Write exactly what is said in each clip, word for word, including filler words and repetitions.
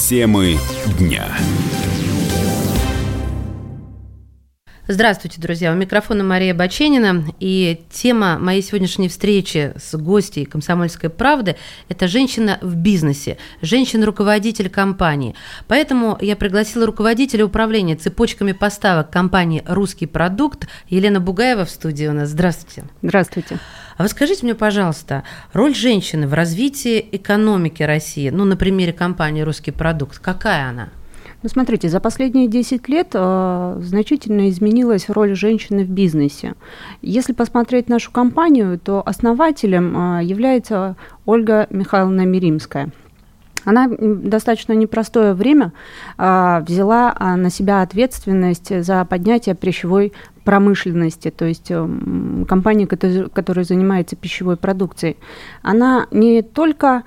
Темы дня. Здравствуйте, друзья. У микрофона Мария Баченина. И тема моей сегодняшней встречи с гостьей «Комсомольской правды» – это женщина в бизнесе, женщина-руководитель компании. Поэтому я пригласила руководителя управления цепочками поставок компании «Русский продукт» Елена Бугаева в студии у нас. Здравствуйте. Здравствуйте. А вы скажите мне, пожалуйста, роль женщины в развитии экономики России, ну, на примере компании «Русский продукт», какая она? Ну, смотрите, за последние десять лет э, значительно изменилась роль женщины в бизнесе. Если посмотреть нашу компанию, то основателем э, является Ольга Михайловна Меримская. Она достаточно непростое время э, взяла э, на себя ответственность за поднятие пищевой промышленности, то есть э, компании, которая, которая занимается пищевой продукцией. Она не только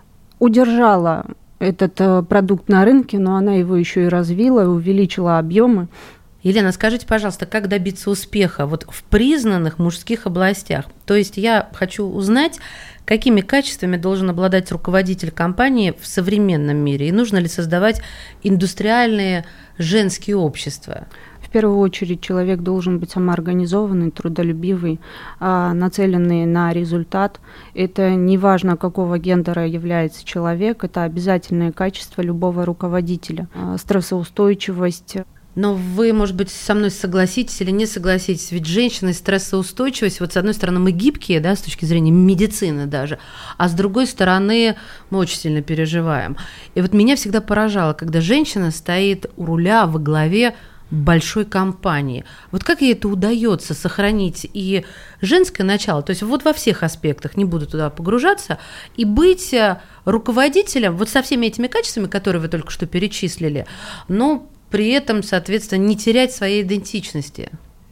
удержала этот э, продукт на рынке, но она его еще и развила, и увеличила объемы. Елена, скажите, пожалуйста, как добиться успеха вот в признанных мужских областях? То есть я хочу узнать, какими качествами должен обладать руководитель компании в современном мире, и нужно ли создавать индустриальные женские общества? В первую очередь человек должен быть самоорганизованный, трудолюбивый, нацеленный на результат. Это не важно, какого гендера является человек, это обязательное качество любого руководителя. Стрессоустойчивость. Но вы, может быть, со мной согласитесь или не согласитесь, ведь женщина и стрессоустойчивость, вот с одной стороны мы гибкие, да, с точки зрения медицины даже, а с другой стороны мы очень сильно переживаем. И вот меня всегда поражало, когда женщина стоит у руля во главе большой компании. Вот как ей это удается сохранить и женское начало, то есть вот во всех аспектах, не буду туда погружаться, и быть руководителем вот со всеми этими качествами, которые вы только что перечислили, но при этом, соответственно, не терять своей идентичности?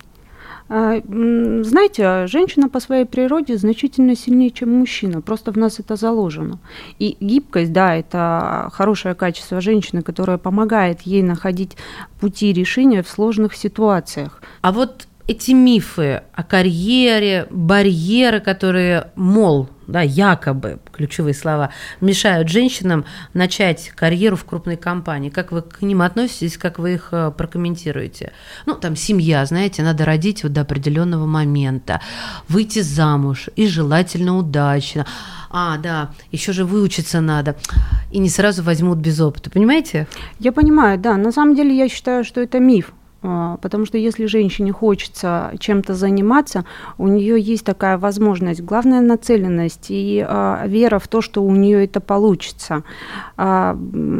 Знаете, женщина по своей природе значительно сильнее, чем мужчина. Просто в нас это заложено. И гибкость, да, это хорошее качество женщины, которое помогает ей находить пути решения в сложных ситуациях. А вот эти мифы о карьере, барьеры, которые, мол, да, якобы, ключевые слова, мешают женщинам начать карьеру в крупной компании. Как вы к ним относитесь, как вы их прокомментируете? Ну, там семья, знаете, надо родить вот до определенного момента, выйти замуж, и желательно удачно. А, да, еще же выучиться надо, и не сразу возьмут без опыта, понимаете? Я понимаю, да, на самом деле я считаю, что это миф. Потому что если женщине хочется чем-то заниматься, у нее есть такая возможность. Главная нацеленность и а, вера в то, что у нее это получится. А,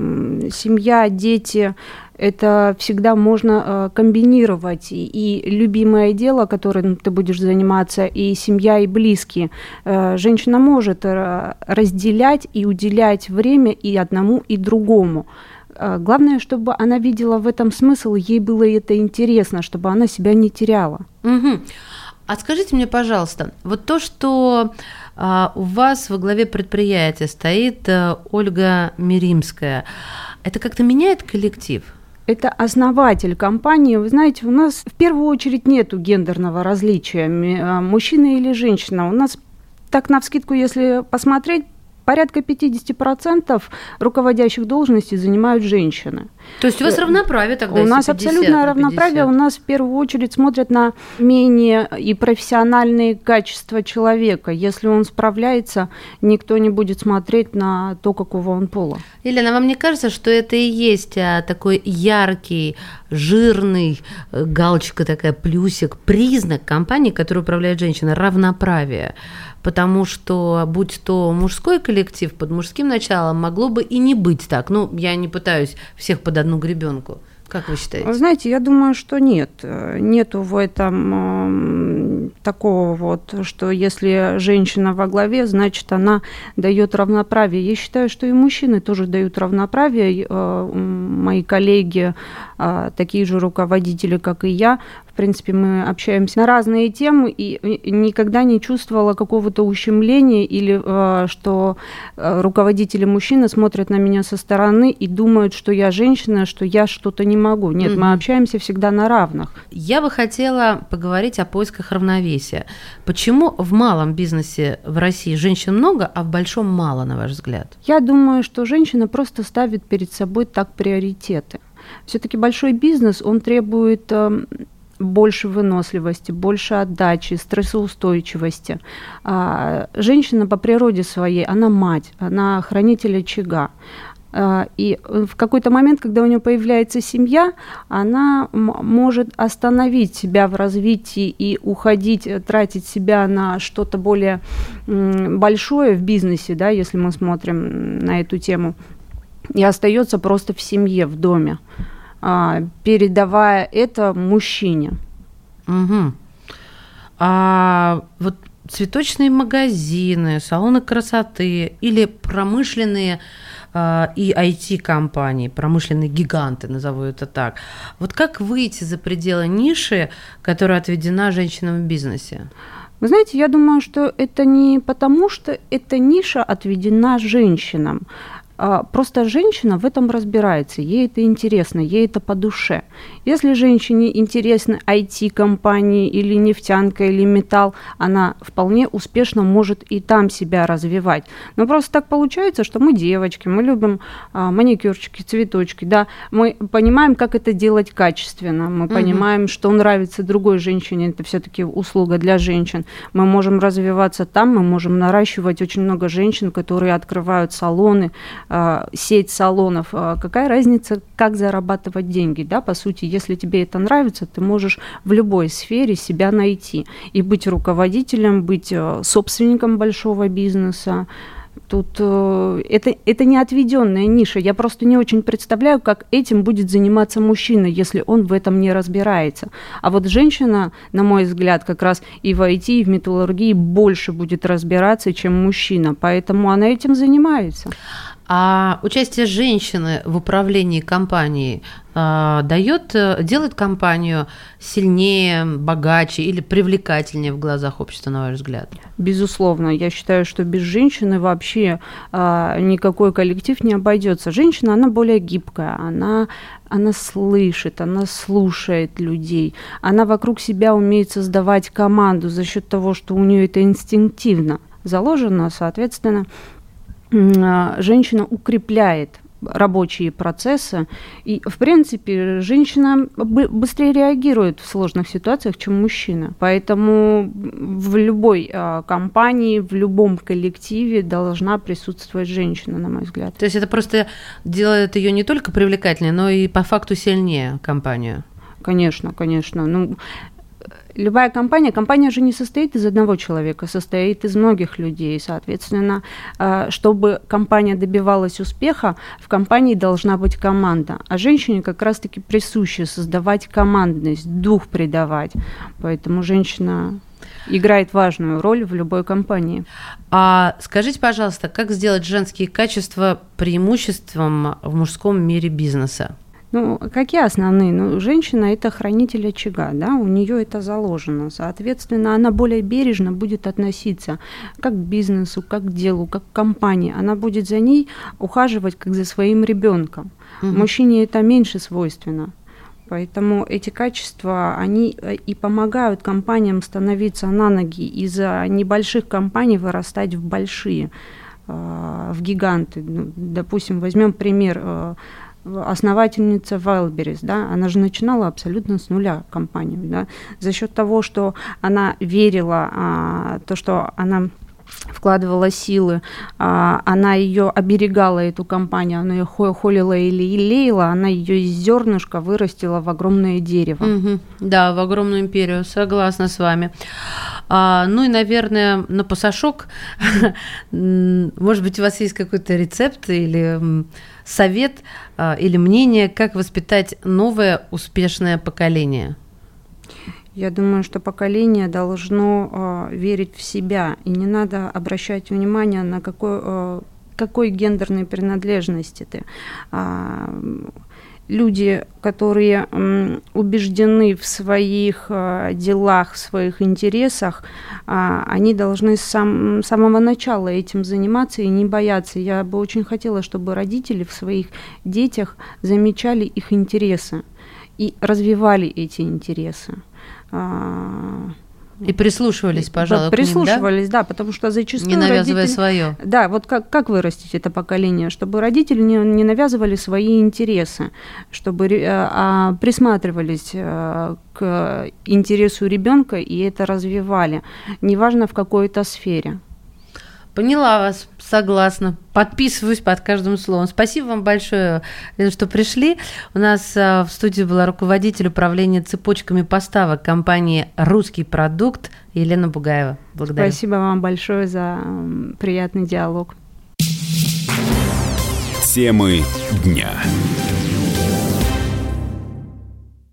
семья, дети – это всегда можно а, комбинировать. И, и любимое дело, которым ты будешь заниматься, и семья, и близкие. А, женщина может разделять и уделять время и одному, и другому. Главное, чтобы она видела в этом смысл, ей было это интересно, чтобы она себя не теряла. Угу. А скажите мне, пожалуйста, вот то, что а, у вас во главе предприятия стоит а, Ольга Меримская, это как-то меняет коллектив? Это основатель компании. Вы знаете, у нас в первую очередь нету гендерного различия, мужчина или женщина. У нас так навскидку, если посмотреть, порядка пятьдесят процентов руководящих должностей занимают женщины. То есть у вас равноправие тогда? У нас абсолютное равноправие. У нас в первую очередь смотрят на умения и профессиональные качества человека. Если он справляется, никто не будет смотреть на то, какого он пола. Елена, вам не кажется, что это и есть такой яркий, жирный, галочка такая, плюсик, признак компании, которой управляет женщина, равноправие? Потому что, будь то мужской коллектив под мужским началом, могло бы и не быть так. Ну, я не пытаюсь всех под одну гребенку. Как вы считаете? Знаете, я думаю, что нет. Нету в этом э, такого вот, что если женщина во главе, значит, она дает равноправие. Я считаю, что и мужчины тоже дают равноправие. Э, мои коллеги, э, а, такие же руководители, как и я. В принципе, мы общаемся на разные темы, и никогда не чувствовала какого-то ущемления или а, что руководители мужчины смотрят на меня со стороны и думают, что я женщина, что я что-то не могу. Нет, mm-hmm. мы общаемся всегда на равных. Я бы хотела поговорить о поисках равновесия. Почему в малом бизнесе в России женщин много, а в большом мало, на ваш взгляд? Я думаю, что женщина просто ставит перед собой так приоритеты. Все-таки большой бизнес, он требует э, больше выносливости, больше отдачи, стрессоустойчивости. А женщина по природе своей, она мать, она хранитель очага. И в какой-то момент, когда у нее появляется семья, она м- может остановить себя в развитии и уходить, тратить себя на что-то более м- большое в бизнесе, да, если мы смотрим на эту тему, и остается просто в семье, в доме, а, передавая это мужчине. Угу. А вот цветочные магазины, салоны красоты или промышленные и ай ти-компании, промышленные гиганты, назову это так. Вот как выйти за пределы ниши, которая отведена женщинам в бизнесе? Вы знаете, я думаю, что это не потому, что эта ниша отведена женщинам. Просто женщина в этом разбирается, ей это интересно, ей это по душе. Если женщине интересны ай ти-компании или нефтянка, или металл, она вполне успешно может и там себя развивать. Но просто так получается, что мы девочки, мы любим а, маникюрчики, цветочки, да, мы понимаем, как это делать качественно, мы угу. понимаем, что нравится другой женщине, это все-таки услуга для женщин. Мы можем развиваться там, мы можем наращивать очень много женщин, которые открывают салоны, сеть салонов. Какая разница, как зарабатывать деньги, да, по сути, если тебе это нравится, ты можешь в любой сфере себя найти и быть руководителем, быть собственником большого бизнеса. Тут э, это, это не отведенная ниша. Я просто не очень представляю, как этим будет заниматься мужчина, если он в этом не разбирается. А вот женщина, на мой взгляд, как раз и в ай ти, и в металлургии больше будет разбираться, чем мужчина. Поэтому она этим занимается. А участие женщины в управлении компанией э, дает, делает компанию сильнее, богаче или привлекательнее в глазах общества, на ваш взгляд? Безусловно. Я считаю, что без женщины вообще э, никакой коллектив не обойдется. Женщина, она более гибкая, она, она слышит, она слушает людей, она вокруг себя умеет создавать команду за счет того, что у нее это инстинктивно заложено, соответственно, женщина укрепляет рабочие процессы, и, в принципе, женщина быстрее реагирует в сложных ситуациях, чем мужчина. Поэтому в любой компании, в любом коллективе должна присутствовать женщина, на мой взгляд. То есть это просто делает ее не только привлекательнее, но и по факту сильнее компанию? Конечно, конечно. Ну, любая компания, компания же не состоит из одного человека, состоит из многих людей. Соответственно, чтобы компания добивалась успеха, в компании должна быть команда. А женщине как раз-таки присуще создавать командность, дух придавать. Поэтому женщина играет важную роль в любой компании. А скажите, пожалуйста, как сделать женские качества преимуществом в мужском мире бизнеса? Ну, какие основные? Ну, женщина – это хранитель очага, да, у нее это заложено. Соответственно, она более бережно будет относиться как к бизнесу, как к делу, как к компании. Она будет за ней ухаживать, как за своим ребенком. Угу. Мужчине это меньше свойственно. Поэтому эти качества, они и помогают компаниям становиться на ноги, из небольших компаний вырастать в большие, в гиганты. Допустим, возьмем пример. Основательница Wildberries, да, она же начинала абсолютно с нуля компанию, да, за счет того, что она верила, а, то, что она вкладывала силы, а, она ее оберегала, эту компанию, она ее холила или лелеяла, она ее из зернышка вырастила в огромное дерево. Угу. Да, в огромную империю, согласна с вами. А, ну и, наверное, на посошок, может быть, у вас есть какой-то рецепт или совет а, или мнение, как воспитать новое успешное поколение? Я думаю, что поколение должно э, верить в себя, и не надо обращать внимание на какой, э, какой гендерной принадлежности ты. Э, люди, которые убеждены в своих делах, в своих интересах, они должны с сам, самого начала этим заниматься и не бояться. Я бы очень хотела, чтобы родители в своих детях замечали их интересы и развивали эти интересы. И прислушивались, пожалуй, прислушивались, к ним, да? да, потому что зачастую не навязывая родители... свое. Да, вот как, как вырастить это поколение, чтобы родители не, не навязывали свои интересы, чтобы а, присматривались а, к интересу ребенка и это развивали, неважно в какой-то сфере. Поняла вас, согласна. Подписываюсь под каждым словом. Спасибо вам большое, что пришли. У нас в студии была руководитель управления цепочками поставок компании «Русский продукт» Елена Бугаева. Благодарю. Спасибо вам большое за приятный диалог. Темы дня.